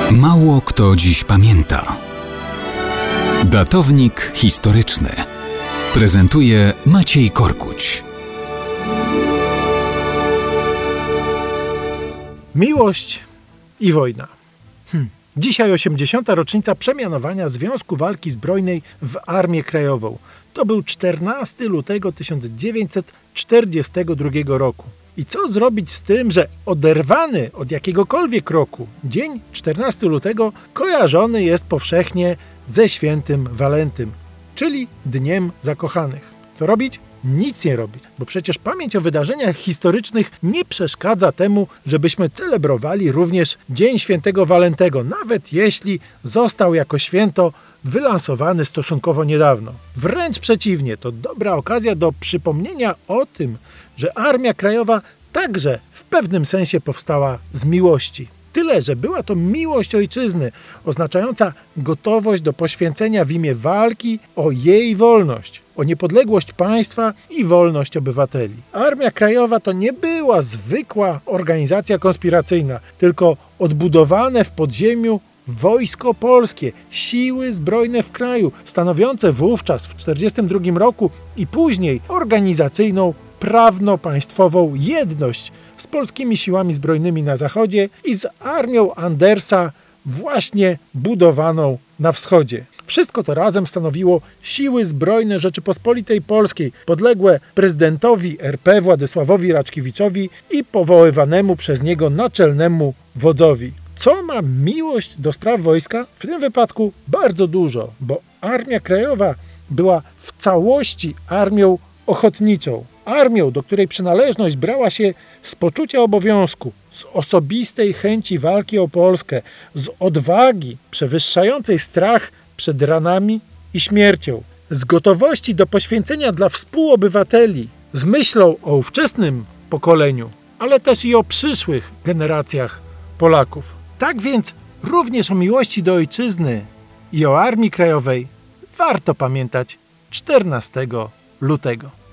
Mało kto dziś pamięta. Datownik historyczny prezentuje Maciej Korkuć. Miłość i wojna. Dzisiaj 80. rocznica przemianowania Związku Walki Zbrojnej w Armię Krajową. To był 14 lutego 1942 roku. I co zrobić z tym, że oderwany od jakiegokolwiek roku dzień 14 lutego kojarzony jest powszechnie ze świętym Walentym, czyli Dniem Zakochanych. Co robić? Nic nie robić, bo przecież pamięć o wydarzeniach historycznych nie przeszkadza temu, żebyśmy celebrowali również Dzień Świętego Walentego, nawet jeśli został jako święto wylansowany stosunkowo niedawno. Wręcz przeciwnie, to dobra okazja do przypomnienia o tym, że Armia Krajowa także w pewnym sensie powstała z miłości. Tyle, że była to miłość ojczyzny, oznaczająca gotowość do poświęcenia w imię walki o jej wolność, o niepodległość państwa i wolność obywateli. Armia Krajowa to nie była zwykła organizacja konspiracyjna, tylko odbudowane w podziemiu Wojsko Polskie, siły zbrojne w kraju, stanowiące wówczas w 1942 roku i później organizacyjną, prawno-państwową jedność z polskimi siłami zbrojnymi na zachodzie i z armią Andersa właśnie budowaną na wschodzie. Wszystko to razem stanowiło siły zbrojne Rzeczypospolitej Polskiej, podległe prezydentowi RP Władysławowi Raczkiewiczowi i powoływanemu przez niego naczelnemu wodzowi. Co ma miłość do spraw wojska? W tym wypadku bardzo dużo, bo Armia Krajowa była w całości armią ochotniczą. Armią, do której przynależność brała się z poczucia obowiązku, z osobistej chęci walki o Polskę, z odwagi przewyższającej strach przed ranami i śmiercią, z gotowości do poświęcenia dla współobywateli, z myślą o ówczesnym pokoleniu, ale też i o przyszłych generacjach Polaków. Tak więc również o miłości do ojczyzny i o Armii Krajowej warto pamiętać 14 lutego.